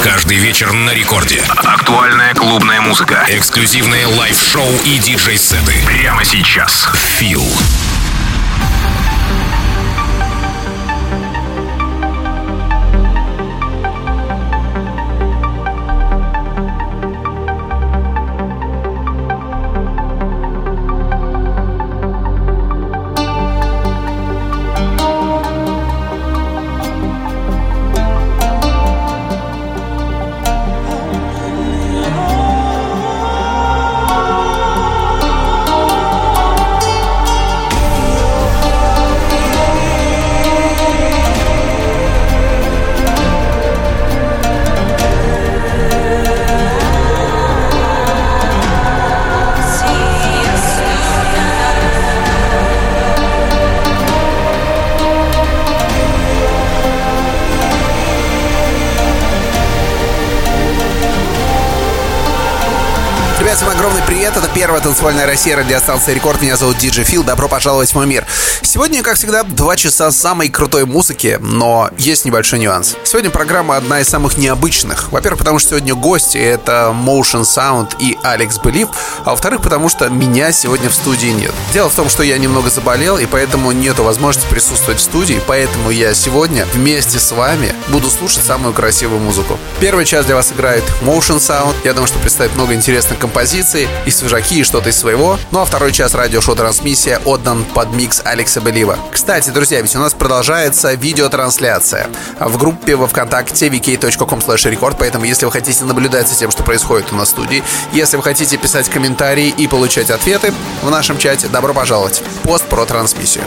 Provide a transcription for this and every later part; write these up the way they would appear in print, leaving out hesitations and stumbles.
Каждый вечер на рекорде. Актуальная клубная музыка. Эксклюзивные лайв-шоу и диджей-сеты. Прямо сейчас. Feel. Всем огромный привет, это первая танцевальная Россия, радиостанция Рекорд, меня зовут DJ Phil, добро пожаловать в мой мир. Сегодня, как всегда, 2 часа самой крутой музыки, но есть небольшой нюанс. Сегодня программа одна из самых необычных. Во-первых, потому что сегодня гости, это Motion Sound и Alex Believe, а во-вторых, потому что меня сегодня в студии нет. Дело в том, что я немного заболел, и поэтому нету возможности присутствовать в студии, поэтому я сегодня вместе с вами буду слушать самую красивую музыку. Первый час для вас играет Motion Sound, я думаю, что представит много интересных композиций, и свежаки, и что-то из своего. Ну а второй час радиошоу-трансмиссия отдан под микс Алекса Белива. Кстати, друзья, ведь у нас продолжается видеотрансляция в группе во ВКонтакте vk.com/record, поэтому если вы хотите наблюдать за тем, что происходит у нас в студии, если вы хотите писать комментарии и получать ответы в нашем чате, добро пожаловать. Пост про трансмиссию.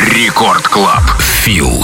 Рекорд Клаб. Фил.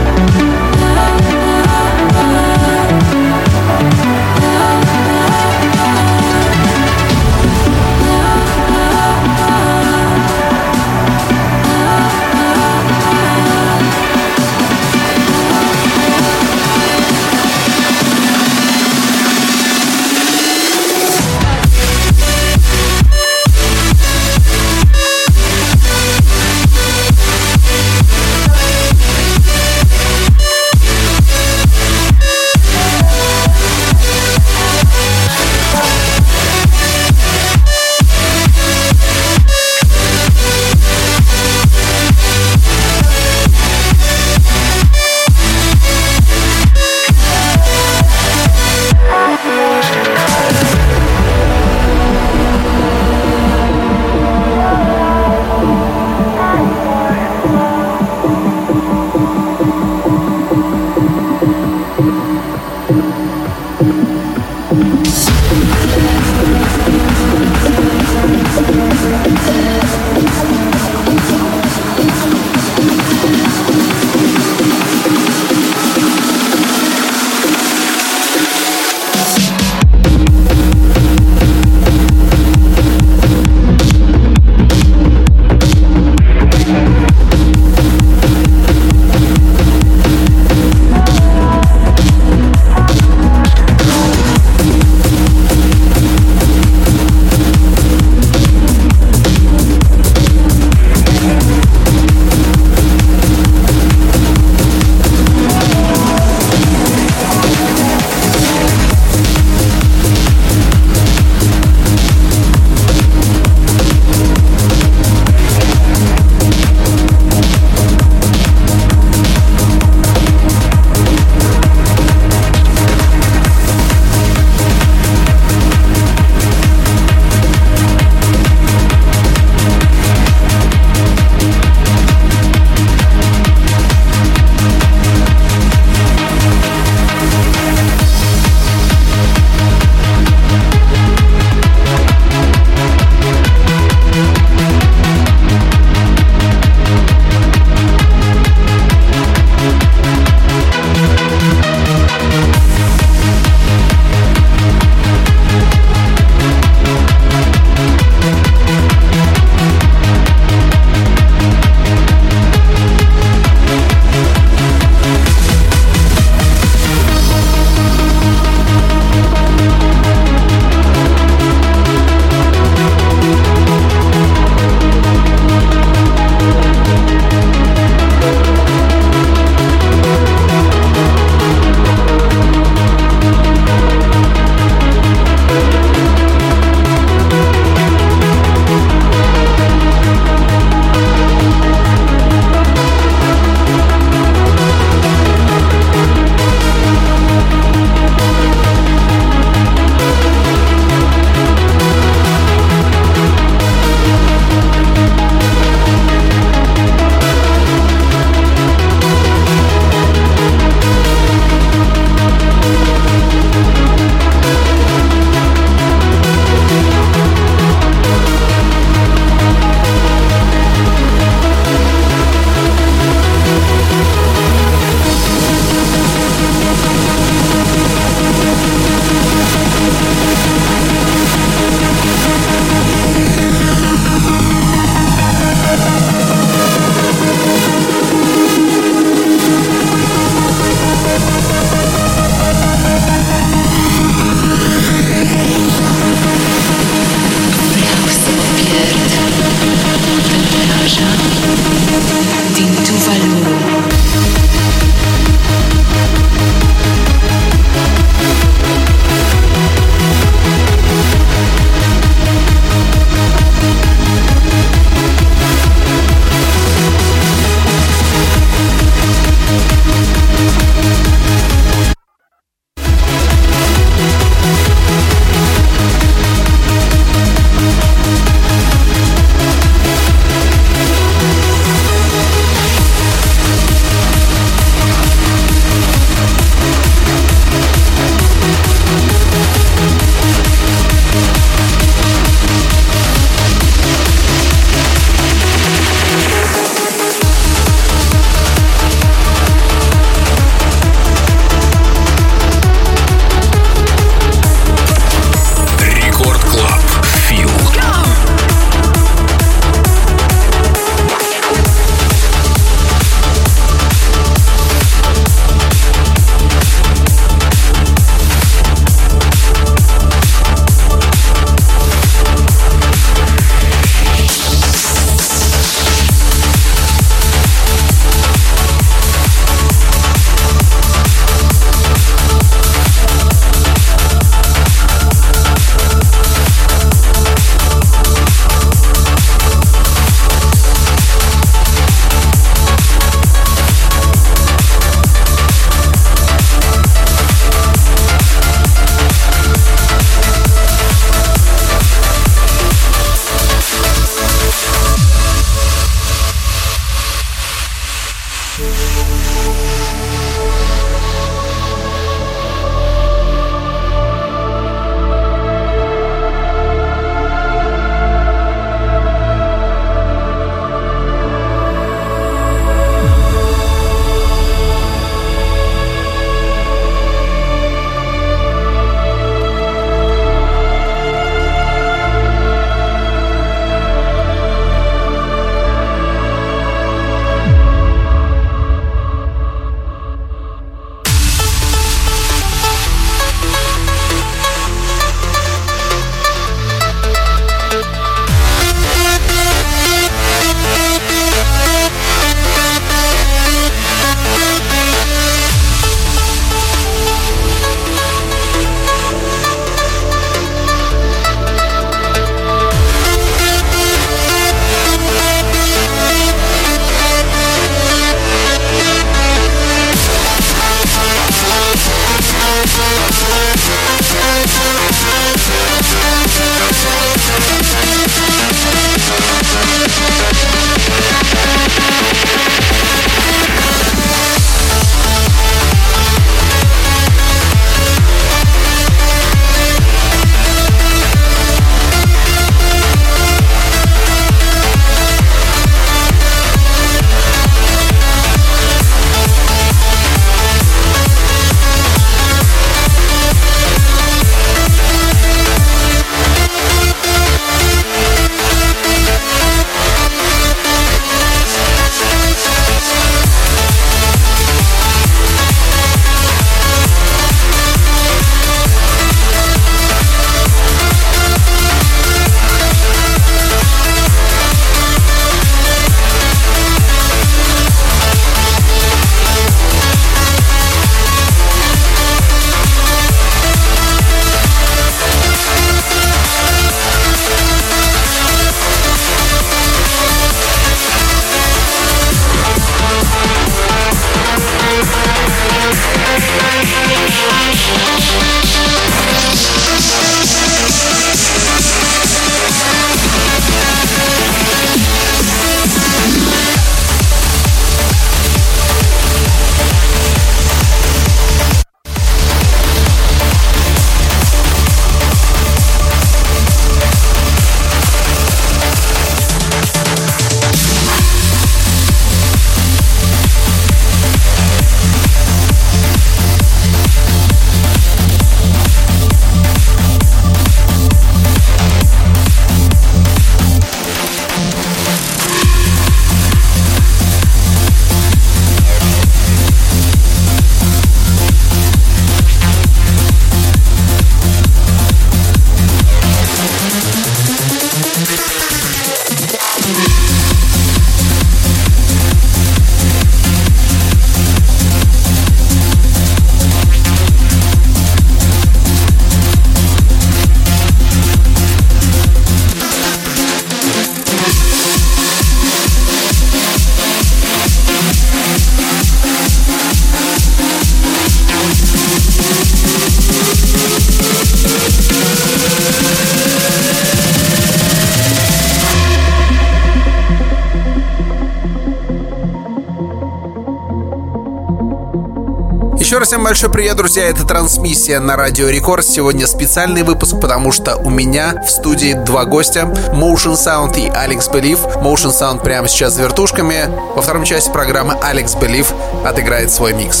Еще раз всем большой привет, друзья. Это трансмиссия на Радио Рекорд. Сегодня специальный выпуск, потому что у меня в студии два гостя: Motion Sound и Alex Believe. Motion Sound прямо сейчас с вертушками. Во втором части программы Alex Believe отыграет свой микс.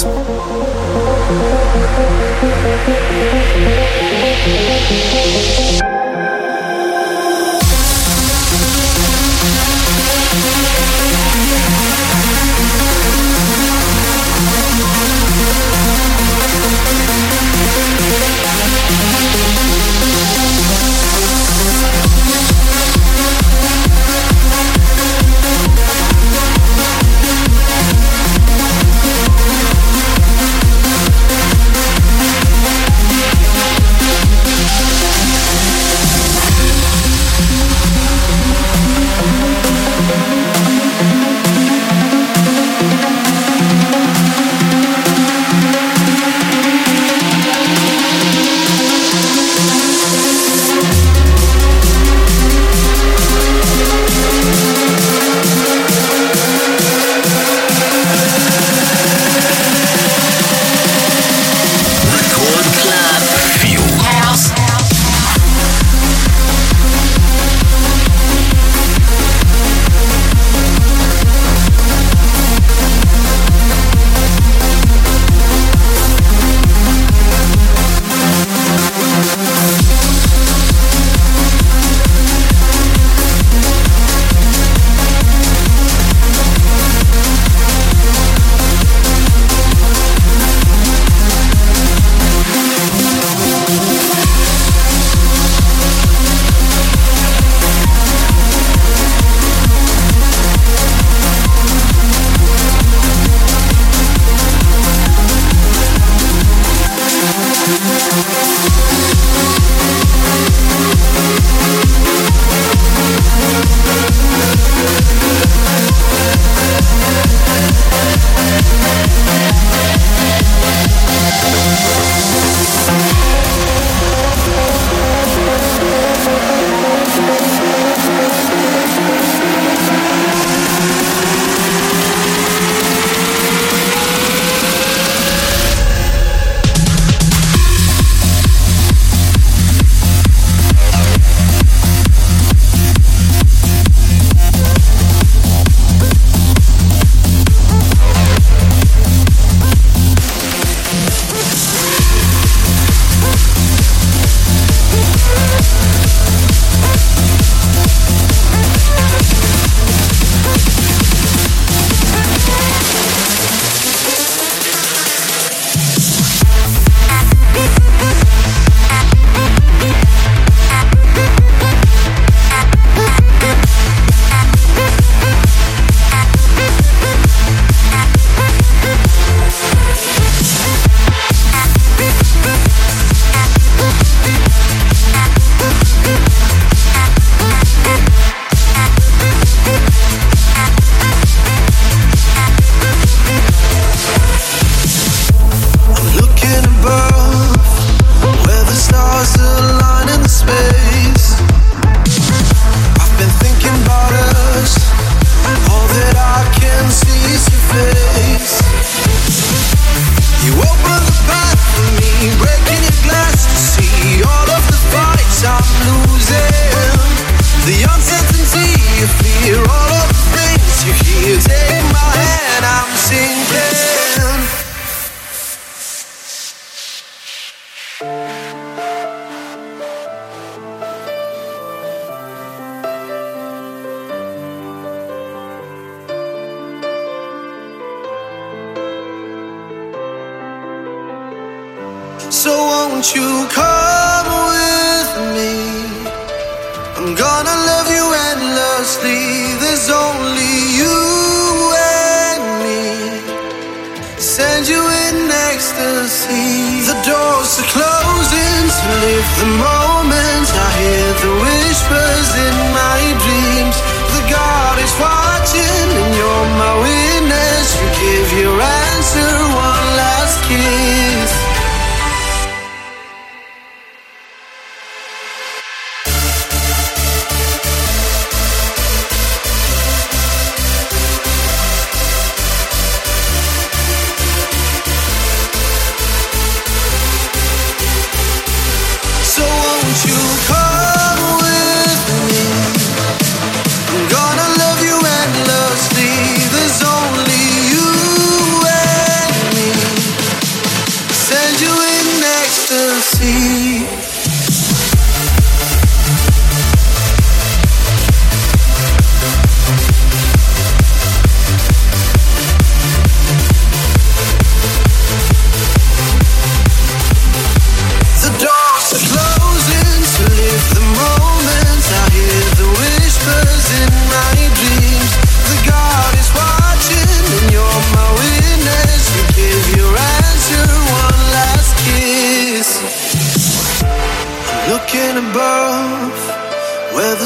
So won't you come with me? I'm gonna love you endlessly. There's only you and me. Send you in ecstasy. The doors are closing to live the moment. I hear the whispers in my dreams. The God is watching and you're my witness. You give your answer, one last kiss.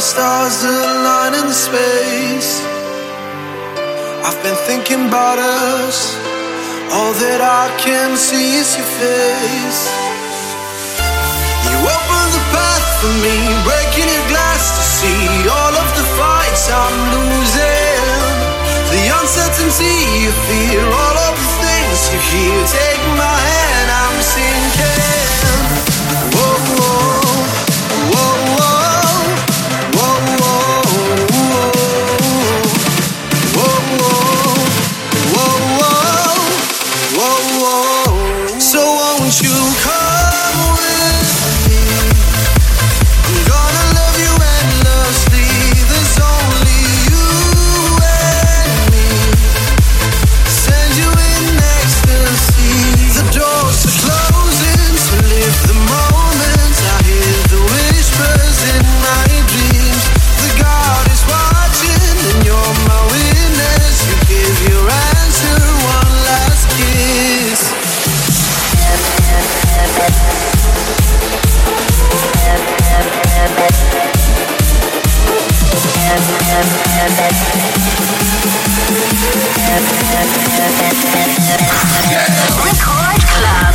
stars align in space. I've been thinking about us. All that I can see is your face. You open the path for me, breaking your glass to see all of the fights I'm losing. The uncertainty you feel, all of the things you hear. Take my hand, I'm sinking. Whoa, whoa, whoa, whoa, whoa, whoa, whoa, whoa, whoa. So won't you come with me? I'm gonna love you endlessly. There's only you and me. Send you in ecstasy. The doors are closing, so live the moment. I hear the whispers in my dreams. The God is watching, and you're my witness. You give your answer, one last kiss. Record Club.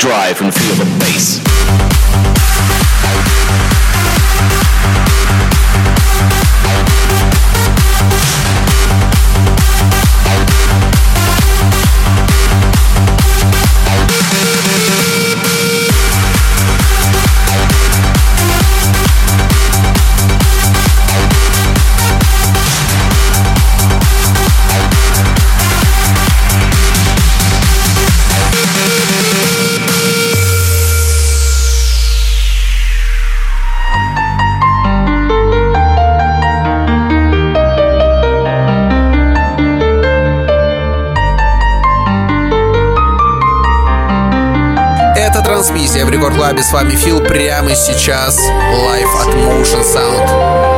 drive and feel the bass. Трансмиссия в Рекорд Клабе. С вами Фил. Прямо сейчас лайв от Motion Sound.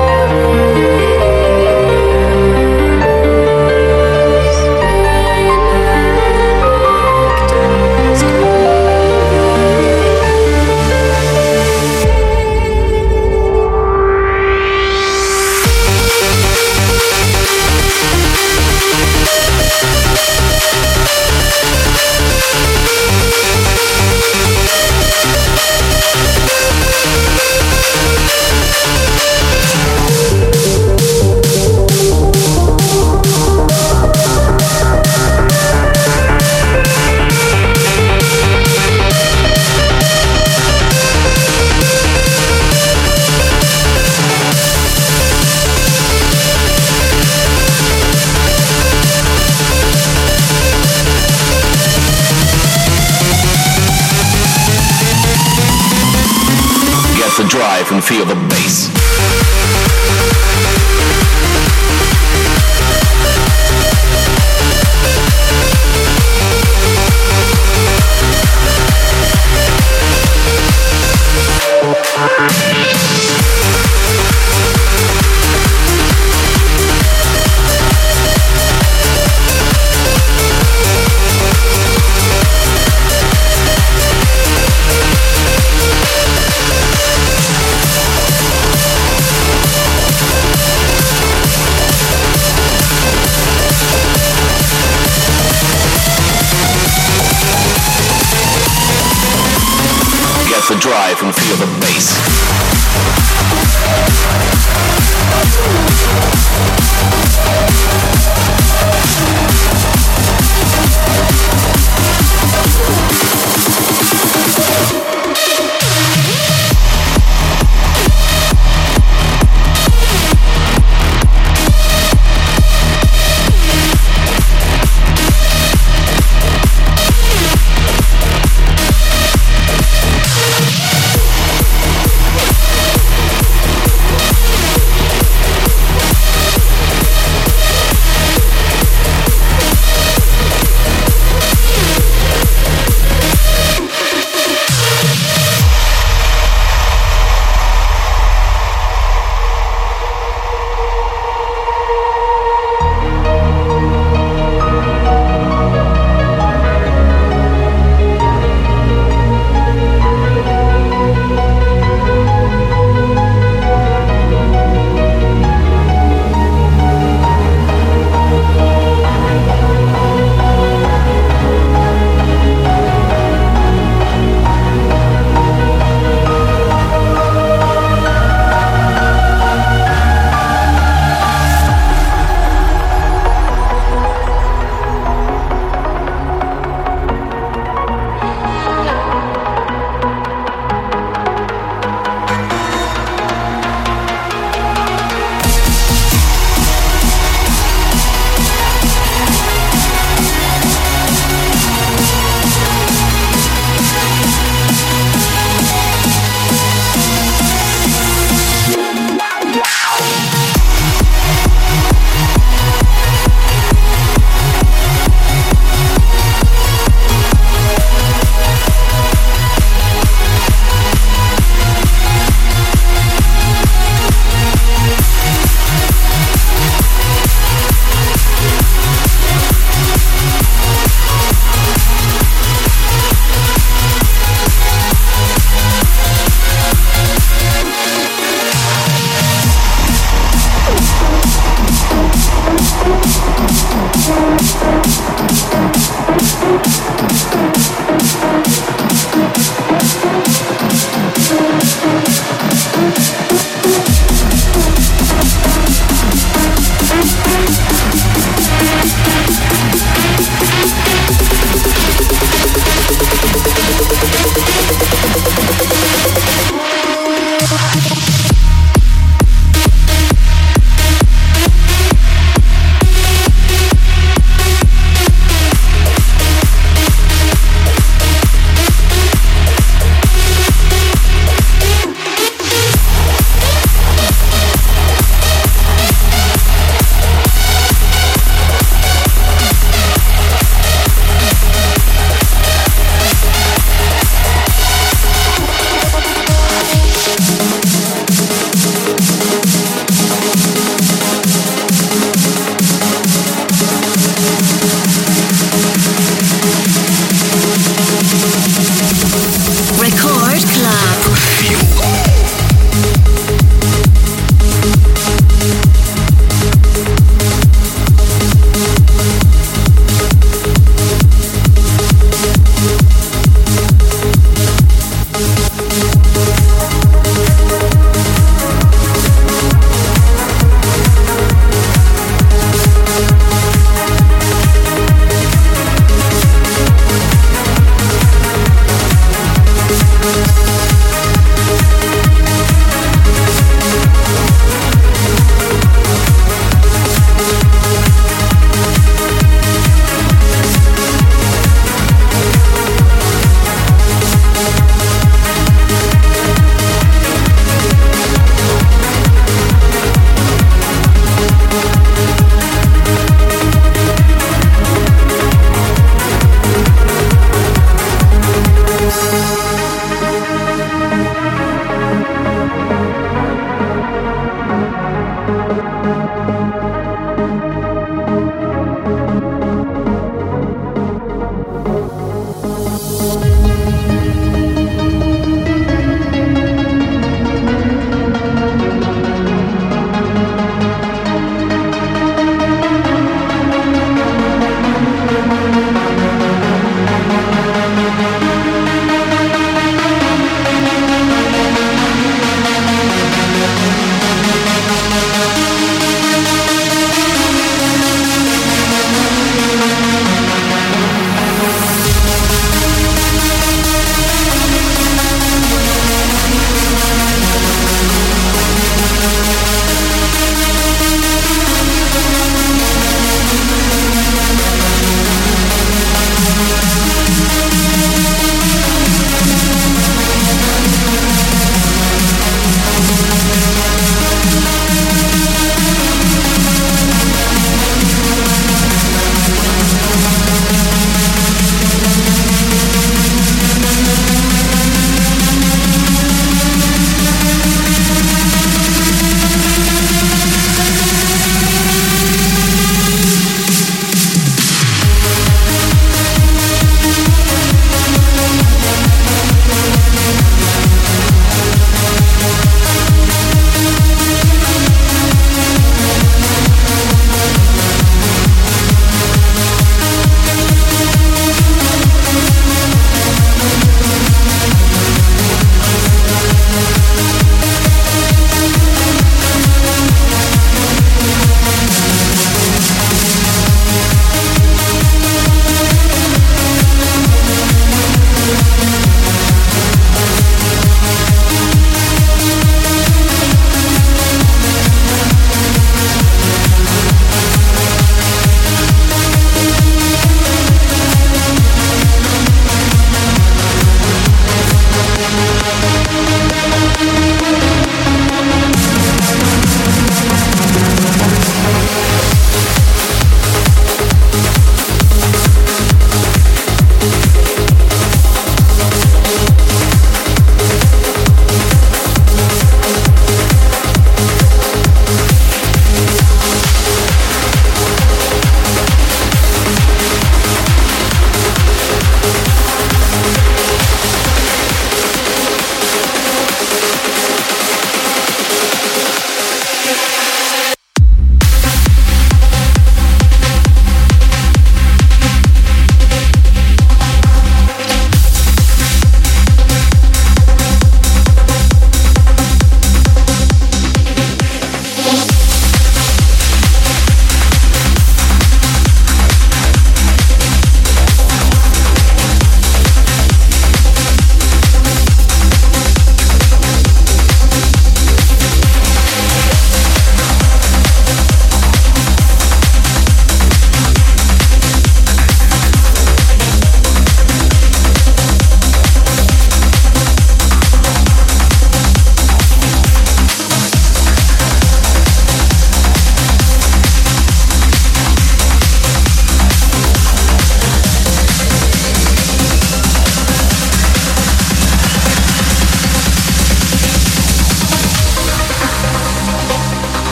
The drive and feel the bass. The drive and feel the bass.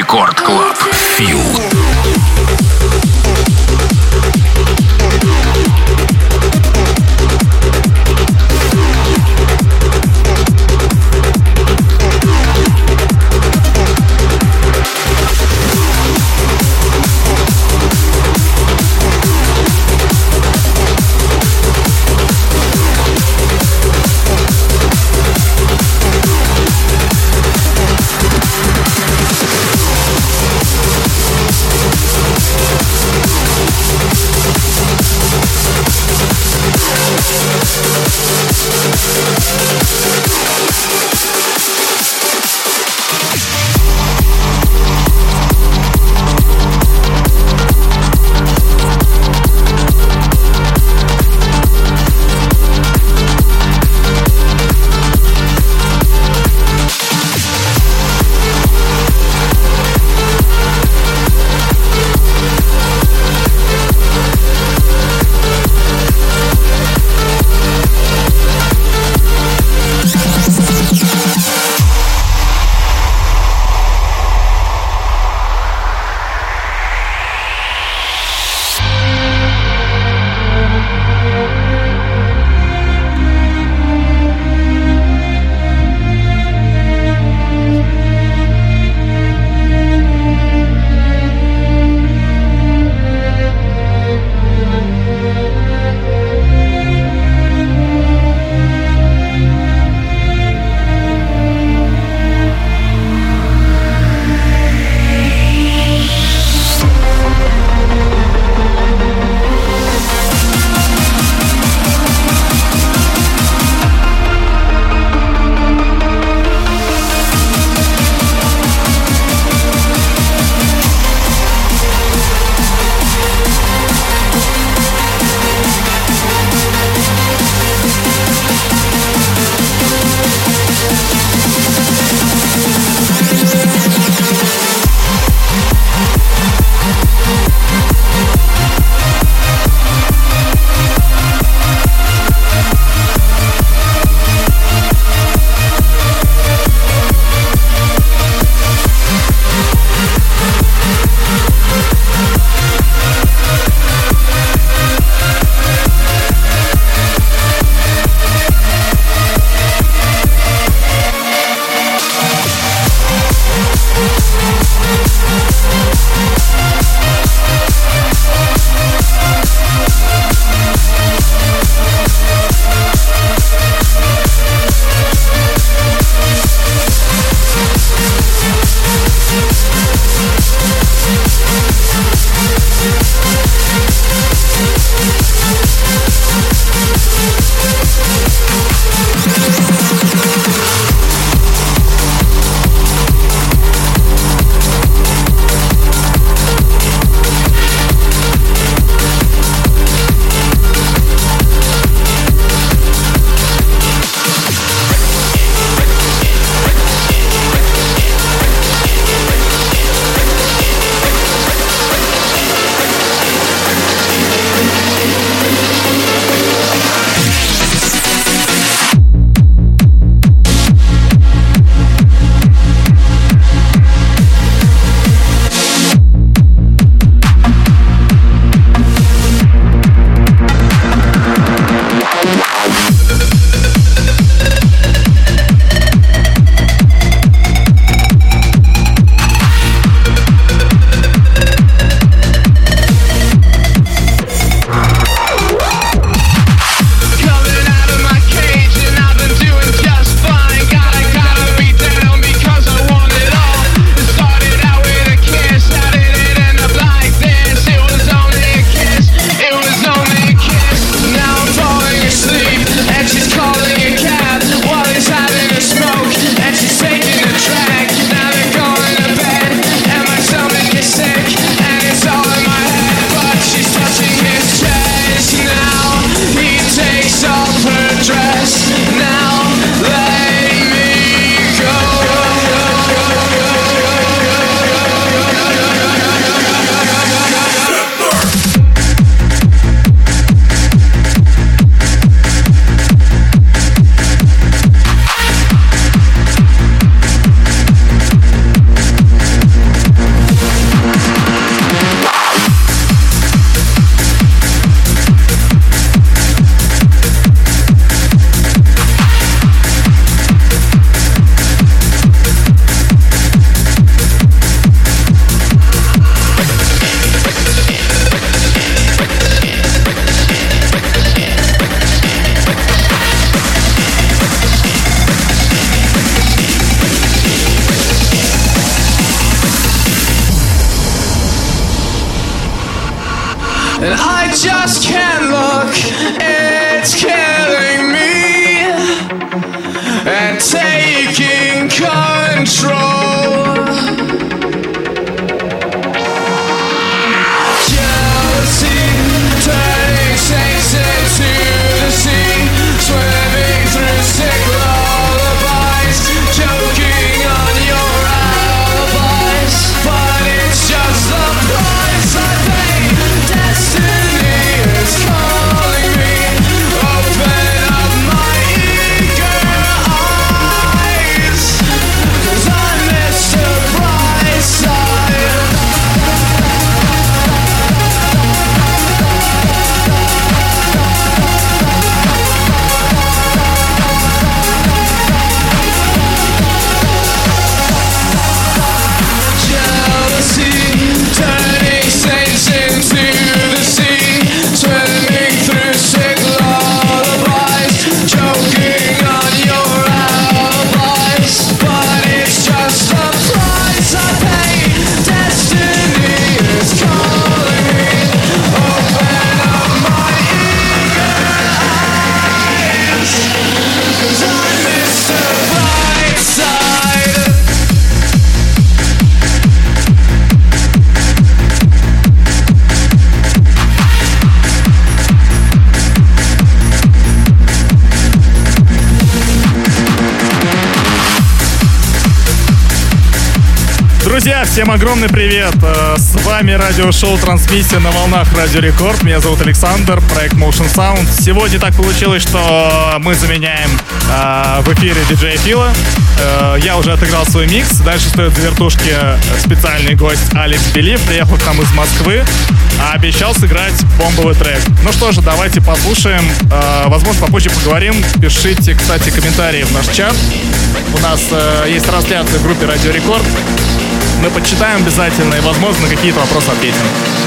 Рекорд Клаб. Фил. and I just can't look. It's killing me and taking control. Jealousy turning saints into the sea, swimming through sick lullabies, choking on your alibis. But it's just the price I pay. Destiny is calling me. Open up my eager eyes, 'cause I'm Mr. Brightside. Jealousy turning saints into the sea, swimming through sick lullabies, choking on your alibis. But it's just the price I pay. Destiny is calling me. Open up my eager eyes, 'cause I'm Mr. Brightside. Друзья, всем огромный привет! С вами радиошоу «Трансмиссия» на волнах Радио Рекорд. Меня зовут Александр, проект Motion Sound. Сегодня так получилось, что мы заменяем в эфире диджея Фила. Я уже отыграл свой микс. Дальше стоит за вертушки специальный гость Алекс Белив. Приехал к нам из Москвы, обещал сыграть бомбовый трек. Ну что же, давайте послушаем. Возможно, попозже поговорим. Пишите, кстати, комментарии в наш чат. У нас есть трансляция в группе Радио Рекорд. Мы почитаем обязательно и, возможно, на какие-то вопросы ответим.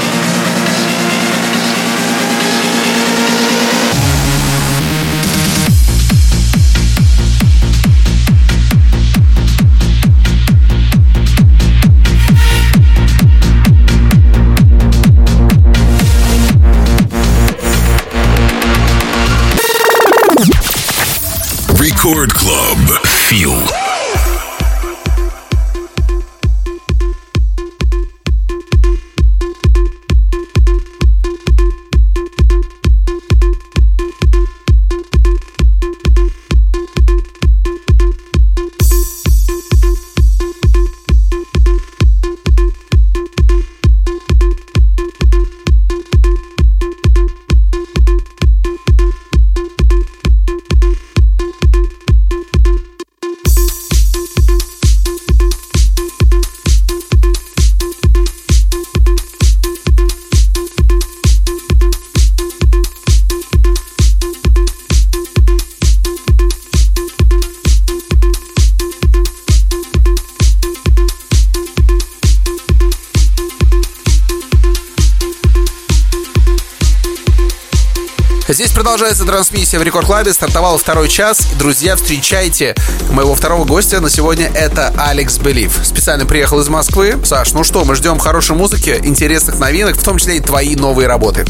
Record Club. Feel. Здесь продолжается трансмиссия в Рекорд Клабе. Стартовал второй час. Друзья, встречайте моего второго гостя на сегодня. Это Алекс Белив. Специально приехал из Москвы. Саш, ну что, мы ждем хорошей музыки, интересных новинок, в том числе и твои новые работы.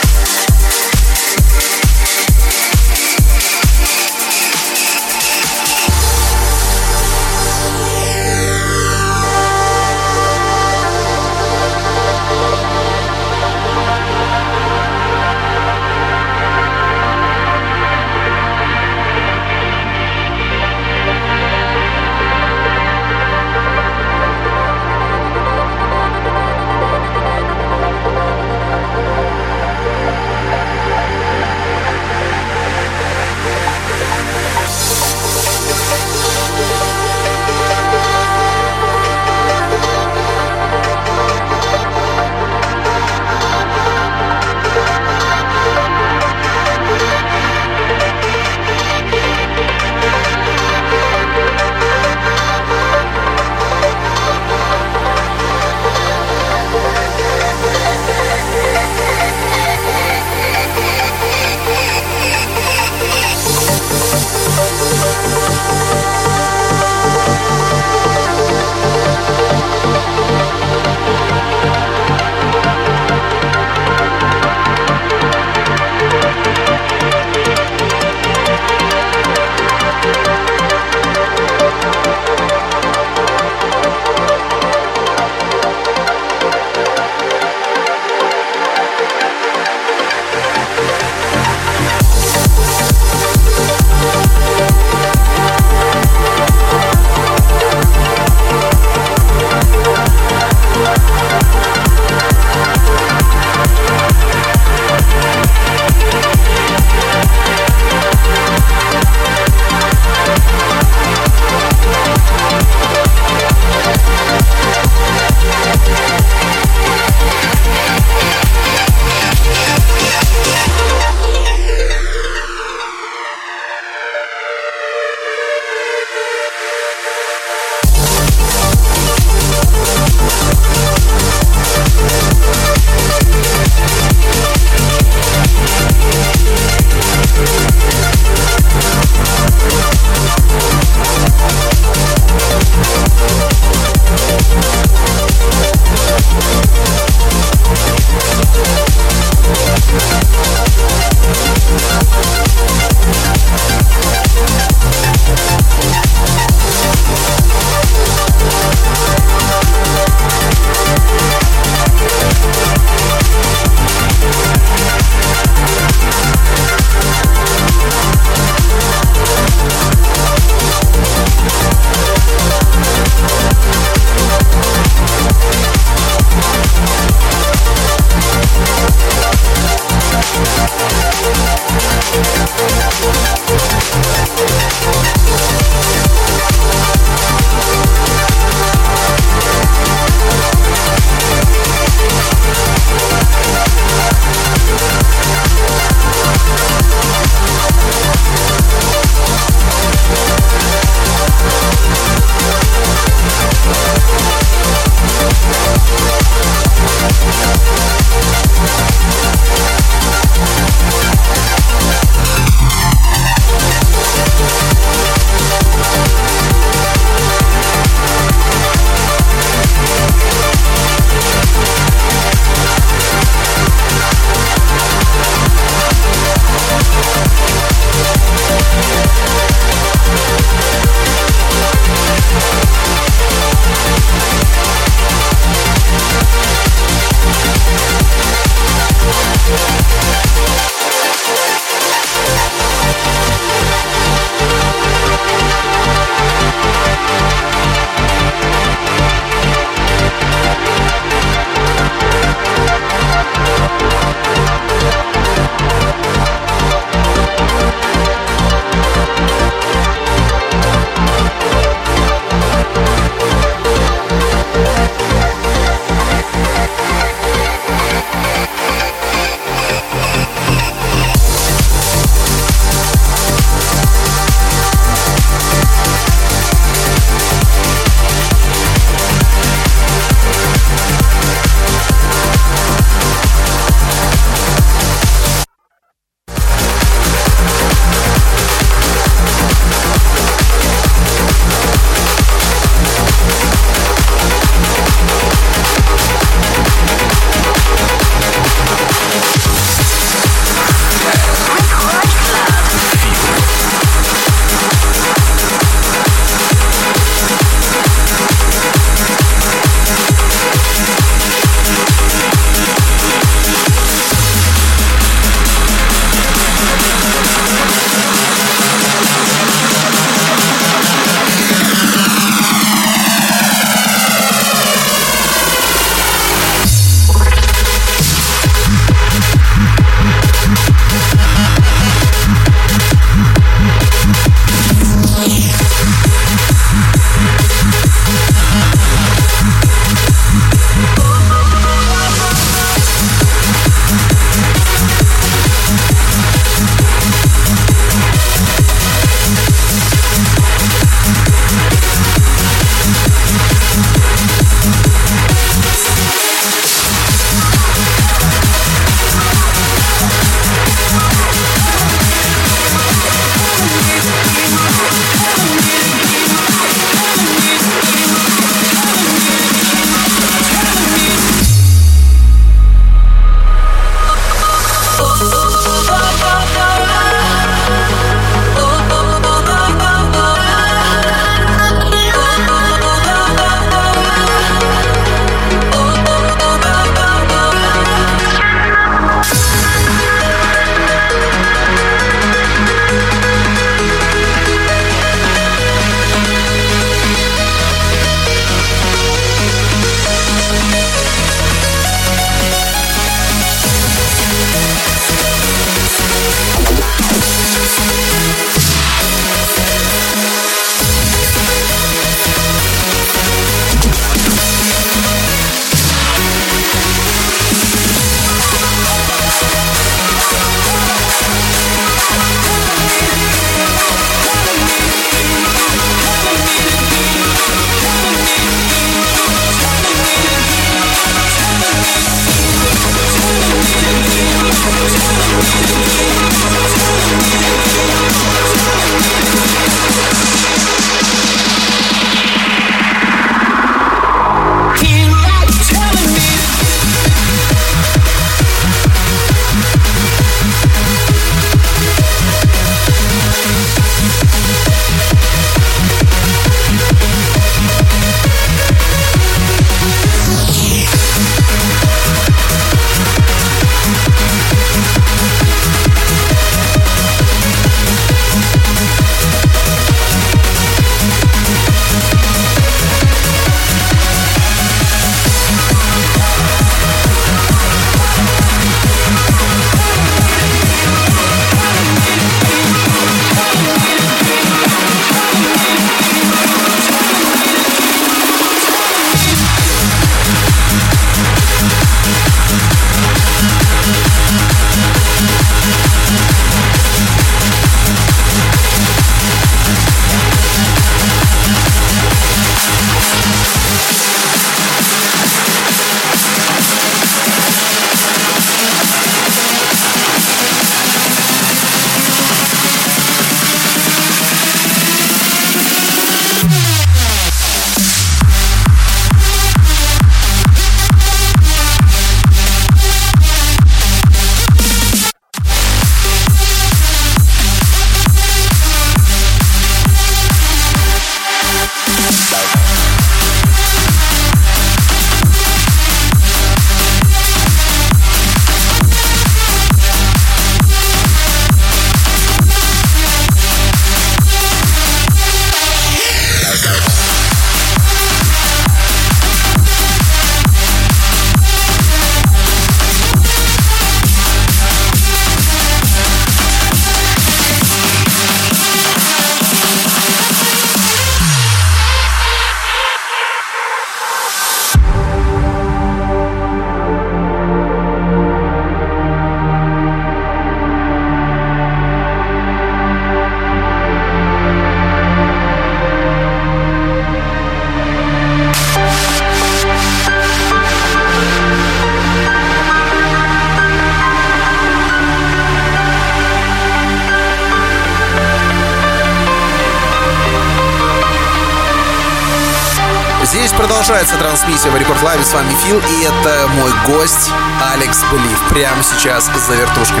Здесь продолжается трансмиссия в Рекорд Лайве. С вами Фил, и это мой гость Алекс Белив. Прямо сейчас за вертушками.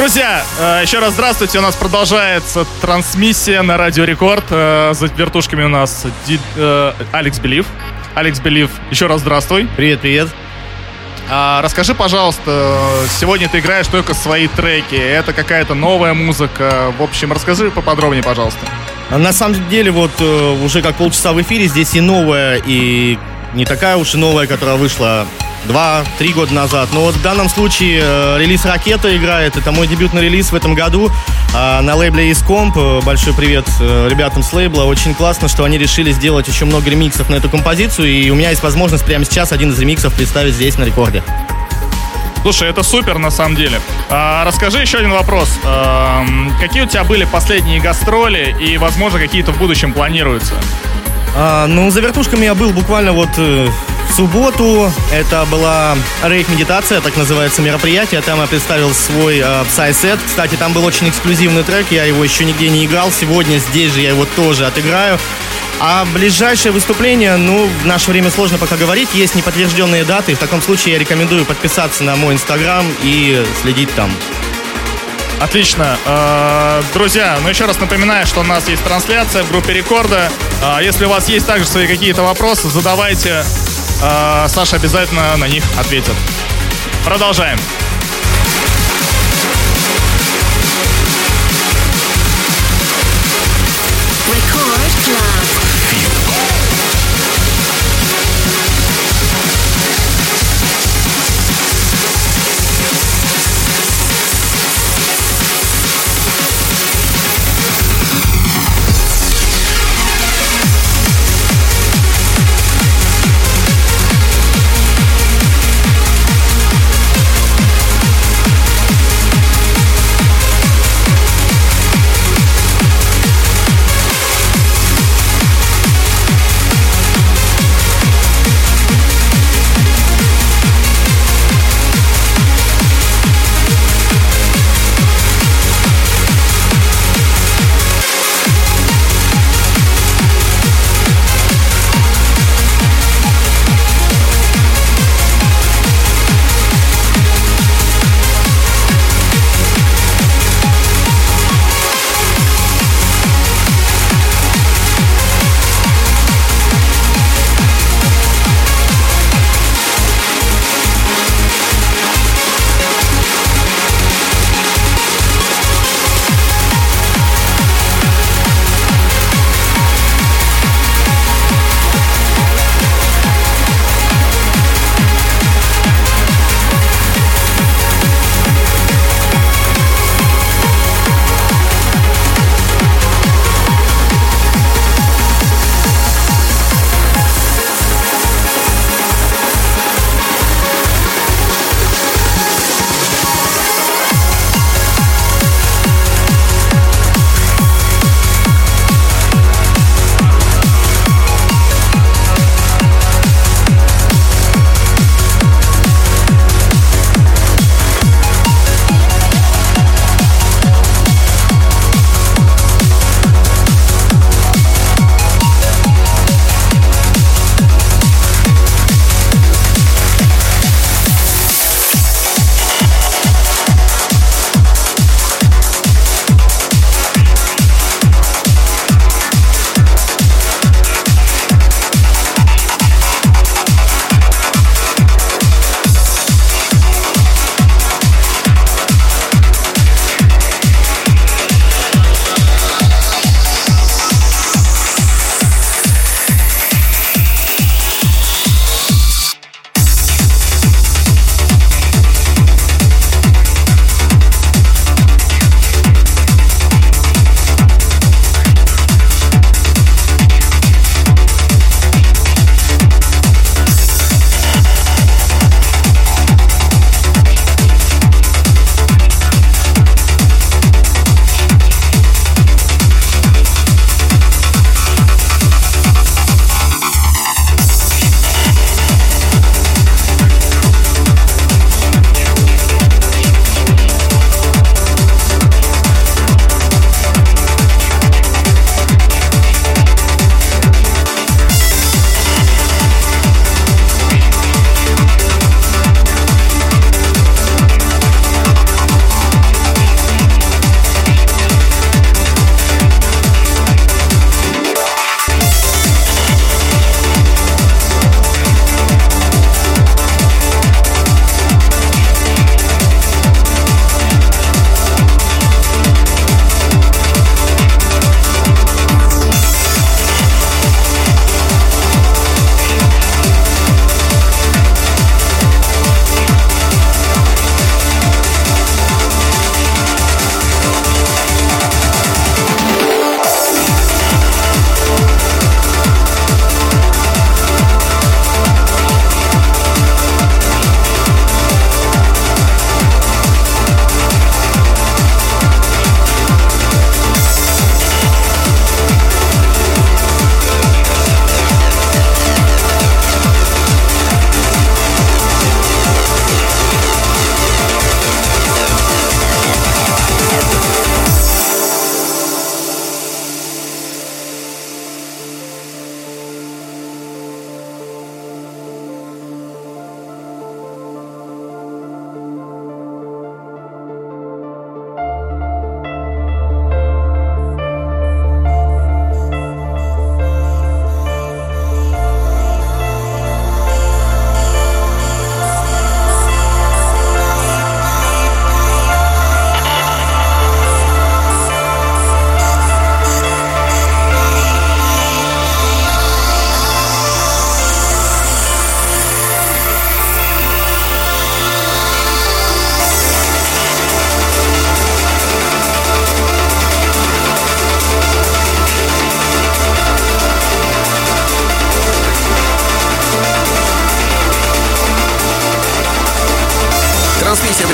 Друзья, еще раз здравствуйте. У нас продолжается трансмиссия на Радио Рекорд. За вертушками у нас Алекс Белив. Алекс Белив, еще раз здравствуй. Привет. Расскажи, пожалуйста, сегодня ты играешь только свои треки. Это какая-то новая музыка. В общем, расскажи поподробнее, пожалуйста. На самом деле, вот уже как полчаса в эфире, здесь и новая, и не такая уж и новая, которая вышла 2-3 года назад. Но вот в данном случае релиз «Ракета» играет. Это мой дебютный релиз в этом году на лейбле Iscomp. Большой привет ребятам с лейбла. Очень классно, что они решили сделать очень много ремиксов на эту композицию. И у меня есть возможность прямо сейчас один из ремиксов представить здесь на рекорде. Слушай, это супер на самом деле. Расскажи еще один вопрос. Какие у тебя были последние гастроли и, возможно, какие-то в будущем планируются? За вертушками я был буквально вот в субботу. Это была рейв-медитация, так называется мероприятие. Там я представил свой Psy-сет. Кстати, там был очень эксклюзивный трек, я его еще нигде не играл. Сегодня здесь же я его тоже отыграю. А ближайшее выступление, в наше время сложно пока говорить, есть неподтвержденные даты. В таком случае я рекомендую подписаться на мой инстаграм и следить там. Отлично. Друзья, еще раз напоминаю, что у нас есть трансляция в группе Рекорда. Если у вас есть также свои какие-то вопросы, задавайте. Саша обязательно на них ответит. Продолжаем. Record Club.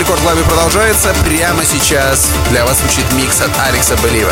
Рекорд Клабе продолжается. Прямо сейчас для вас звучит микс от Алекса Белива.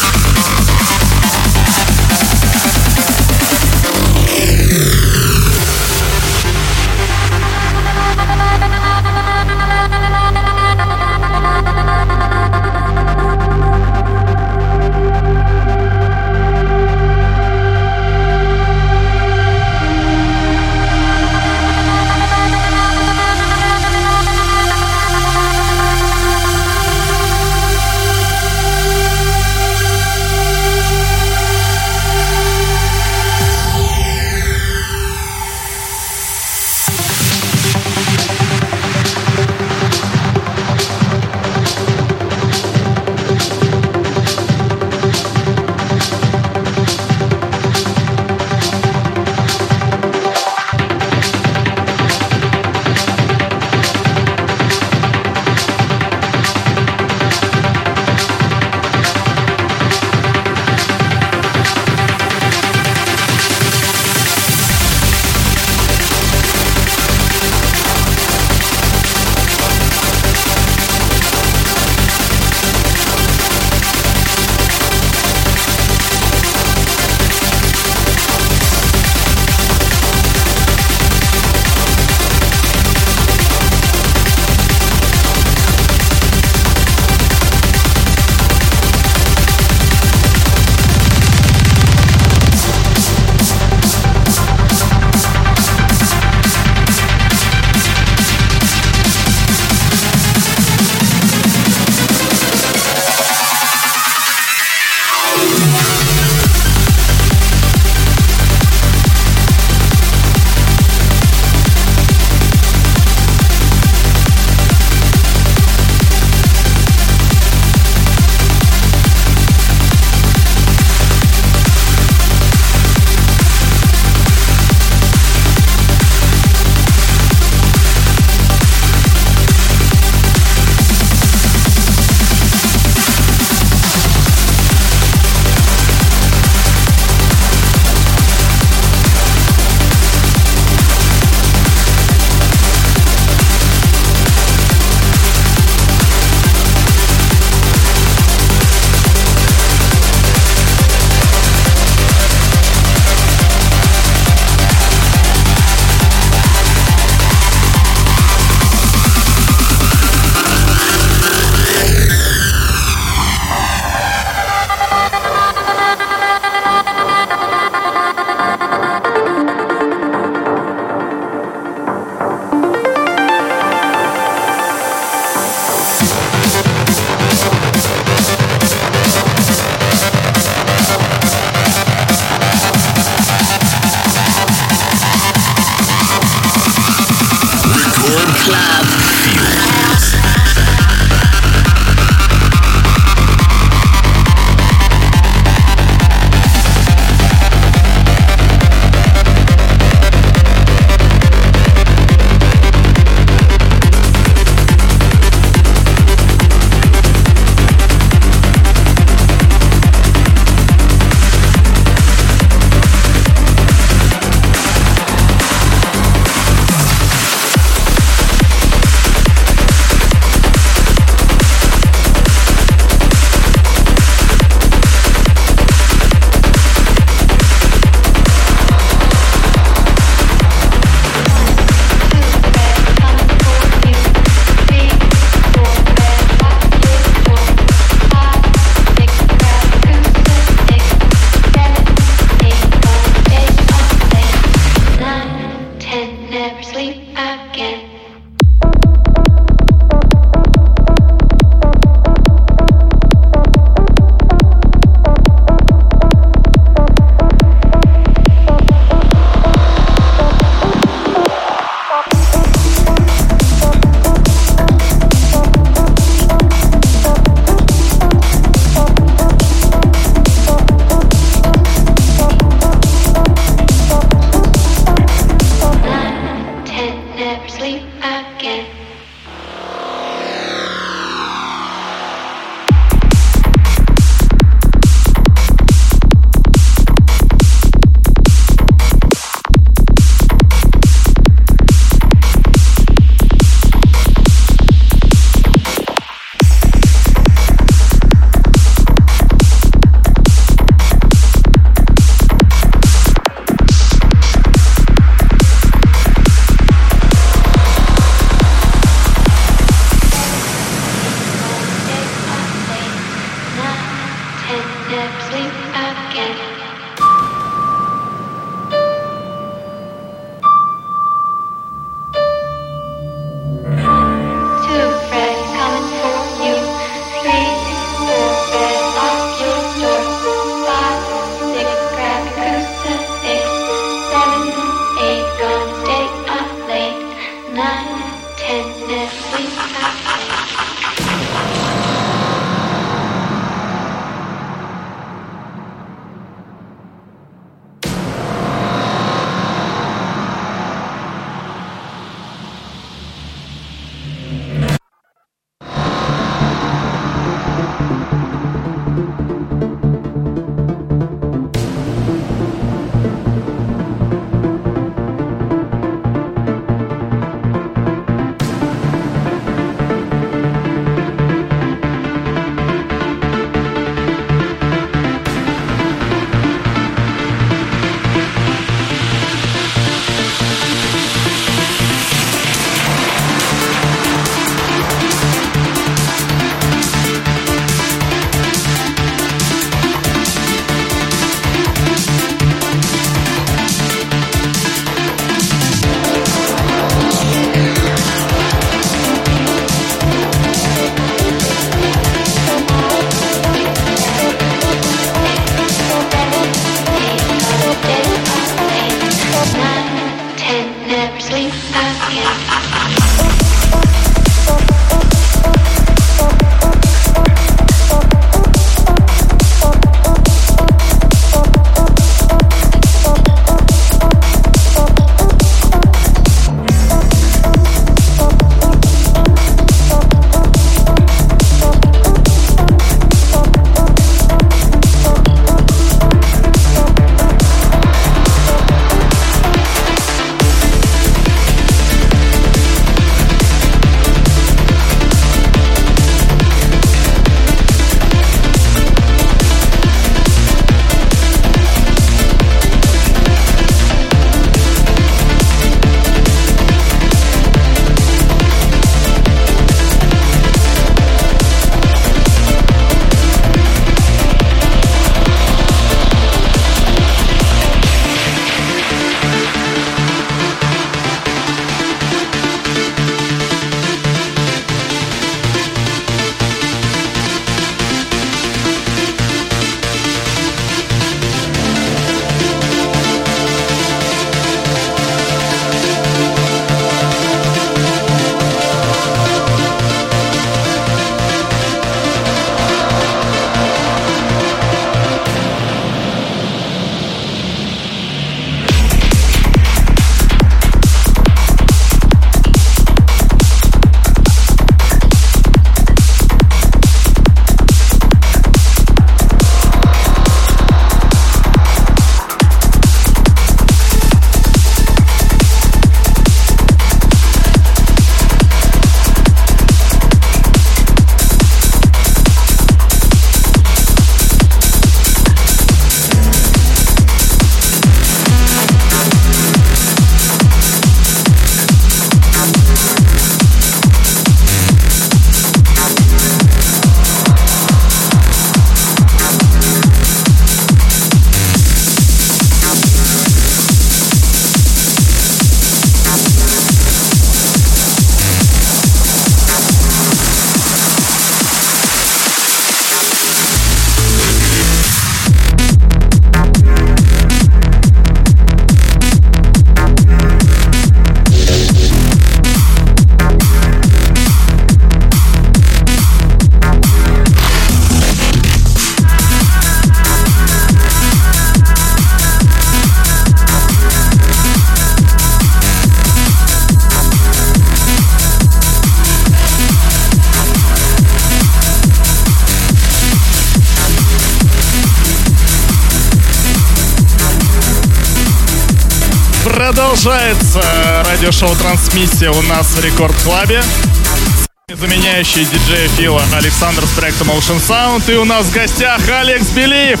Продолжается радиошоу «Трансмиссия» у нас в Рекорд Клабе. Заменяющий диджея Фила Александр с проекта Motion Sound. И у нас в гостях Алекс Белив.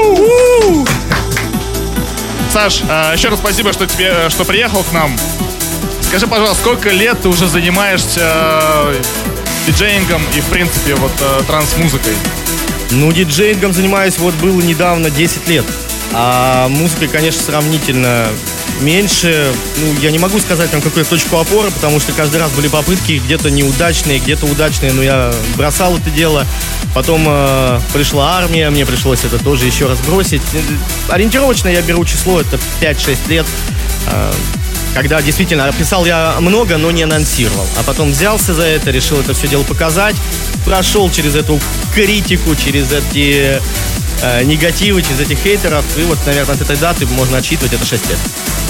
Саш, еще раз спасибо, что приехал к нам. Скажи, пожалуйста, сколько лет ты уже занимаешься диджеингом и, в принципе, транс-музыкой? Ну, диджеингом занимаюсь было недавно 10 лет. А музыкой, конечно, сравнительно меньше. Ну, я не могу сказать там какую-то точку опоры, потому что каждый раз были попытки, где-то неудачные, где-то удачные, но я бросал это дело. Потом пришла армия, мне пришлось это тоже еще раз бросить. Ориентировочно я беру число, это 5-6 лет. Когда действительно писал я много, но не анонсировал. А потом взялся за это, решил это все дело показать. Прошел через эту критику, через эти негативы, через этих хейтеров. И вот, наверное, от этой даты можно отсчитывать это 6 лет.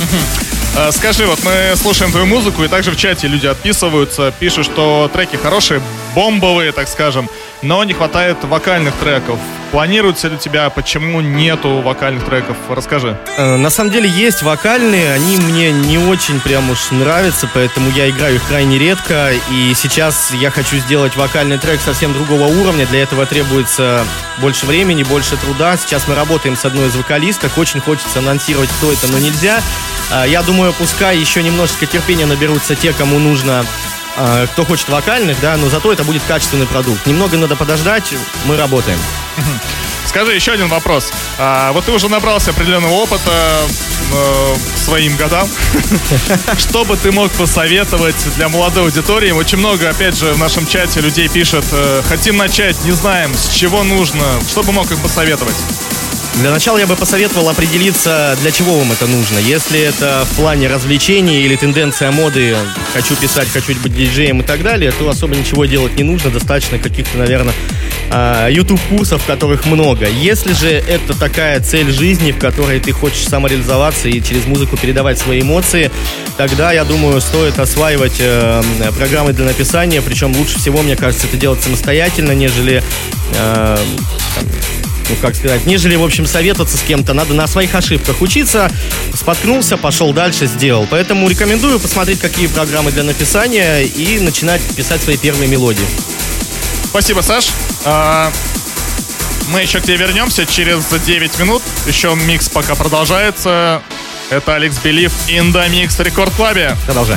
Скажи, вот мы слушаем твою музыку, и также в чате люди отписываются, пишут, что треки хорошие, бомбовые, так скажем, но не хватает вокальных треков. Планируется ли у тебя, почему нету вокальных треков? Расскажи. На самом деле есть вокальные, они мне не очень прям уж нравятся, поэтому я играю их крайне редко. И сейчас я хочу сделать вокальный трек совсем другого уровня. Для этого требуется больше времени, больше труда. Сейчас мы работаем с одной из вокалисток. Очень хочется анонсировать, кто это, но нельзя. Я думаю, пускай еще немножечко терпения наберутся те, кому нужно, кто хочет вокальных, да, но зато это будет качественный продукт. Немного надо подождать, мы работаем. Скажи, еще один вопрос. Вот ты уже набрался определенного опыта своим годам. Что бы ты мог посоветовать для молодой аудитории? Очень много, опять же, в нашем чате людей пишут: хотим начать, не знаем, с чего нужно. Что бы мог им посоветовать? Для начала я бы посоветовал определиться, для чего вам это нужно. Если это в плане развлечений или тенденция моды, хочу писать, хочу быть диджеем и так далее, то особо ничего делать не нужно. Достаточно каких-то, наверное, YouTube-курсов, которых много. Если же это такая цель жизни, в которой ты хочешь самореализоваться и через музыку передавать свои эмоции, тогда, я думаю, стоит осваивать программы для написания. Причем лучше всего, мне кажется, это делать самостоятельно, нежели... нежели, в общем, советоваться с кем-то. Надо на своих ошибках учиться. Споткнулся, пошел дальше, сделал. Поэтому рекомендую посмотреть, какие программы для написания, и начинать писать свои первые мелодии. Спасибо, Саш. Мы еще к тебе вернемся через 9 минут. Еще микс пока продолжается. Это Алекс Белив in the Mix в Рекорд Клабе. Продолжаем.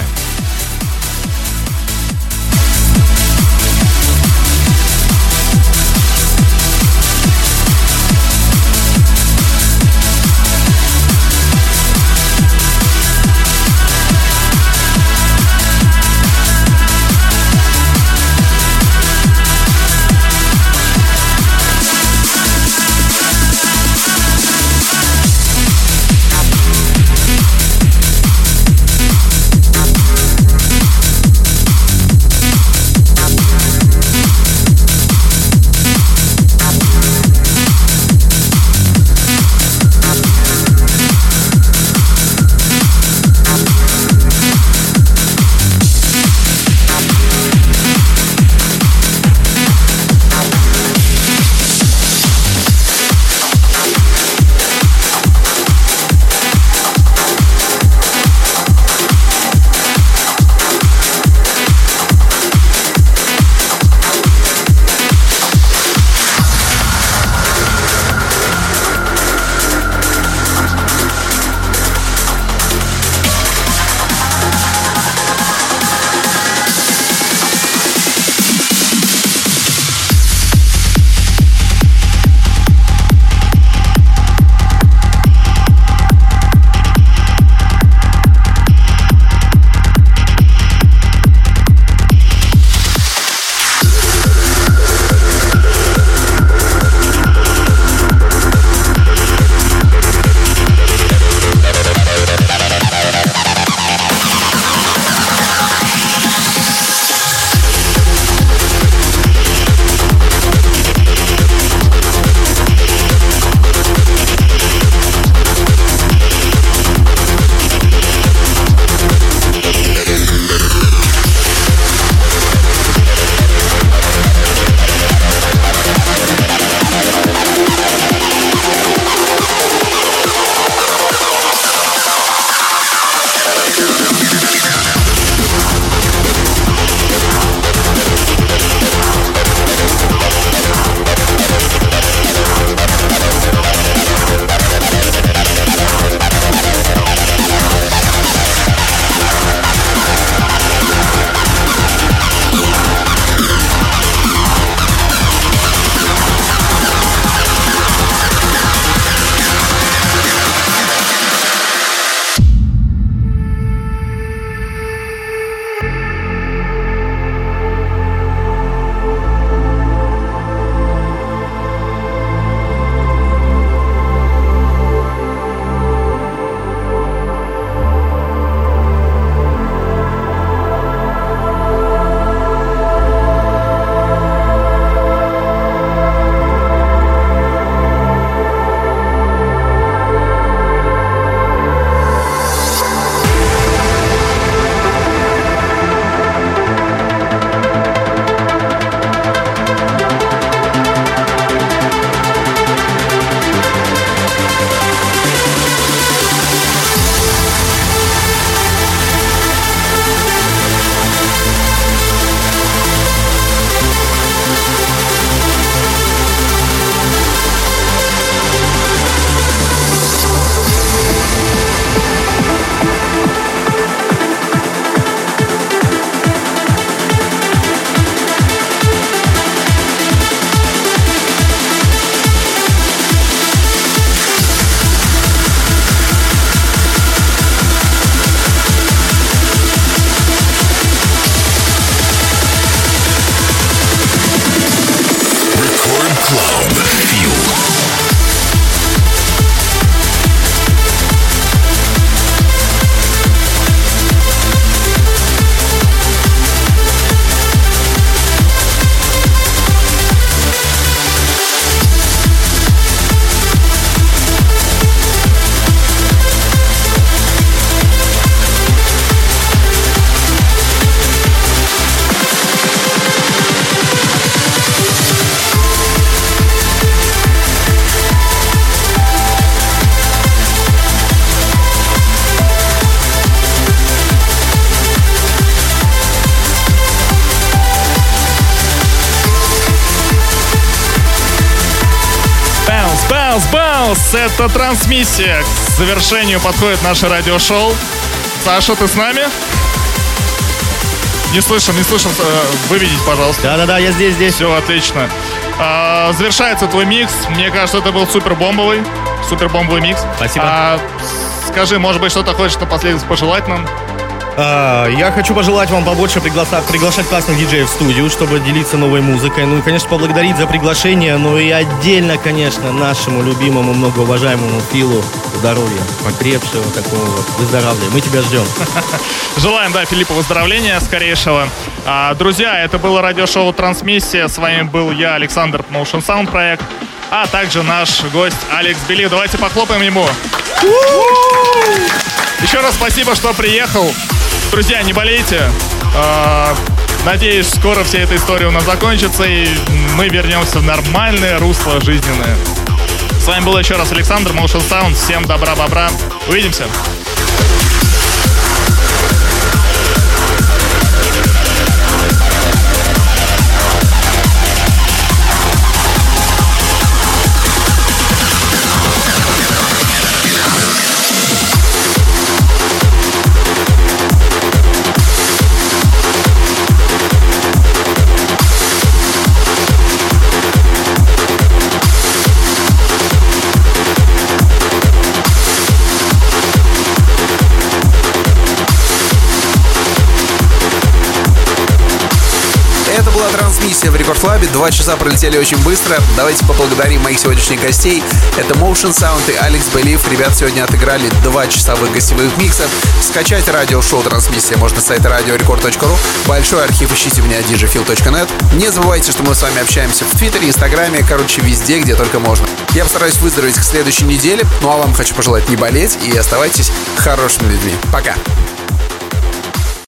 финал сета трансмиссия. К завершению подходит наше радиошоу. Саша, ты с нами? Не слышим. Выведите, пожалуйста. Да, я здесь. Все, отлично. Завершается твой микс. Мне кажется, это был супер бомбовый микс. Спасибо. Скажи, может быть, что-то хочешь напоследок пожелать нам? Я хочу пожелать вам побольше приглашать классных диджеев в студию, чтобы делиться новой музыкой. Ну и, конечно, поблагодарить за приглашение. Ну и отдельно, конечно, нашему любимому, многоуважаемому Филу здоровья, покрепшего такого вот выздоравливания. Мы тебя ждем. Желаем, Филиппу выздоровления скорейшего. Друзья, это было радиошоу «Трансмиссия». С вами был я, Александр, Motion Sound проект, а также наш гость Алекс Белив. Давайте похлопаем ему. Еще раз спасибо, что приехал. Друзья, не болейте. Надеюсь, скоро вся эта история у нас закончится, и мы вернемся в нормальное русло жизненное. С вами был еще раз Александр, Motion Sound. Всем добра-бобра. Увидимся. Трансмиссия в Рекорд Клабе. 2 часа пролетели очень быстро. Давайте поблагодарим моих сегодняшних гостей. Это Motion Sound и Алекс Белив. Ребят сегодня отыграли 2 часовых гостевых микса. Скачать радиошоу «Трансмиссия» можно с сайта radiorecord.ru. Большой архив ищите меня djfil.net. Не забывайте, что мы с вами общаемся в Твиттере, Инстаграме, везде, где только можно. Я постараюсь выздороветь к следующей неделе. Ну а вам хочу пожелать не болеть и оставайтесь хорошими людьми. Пока!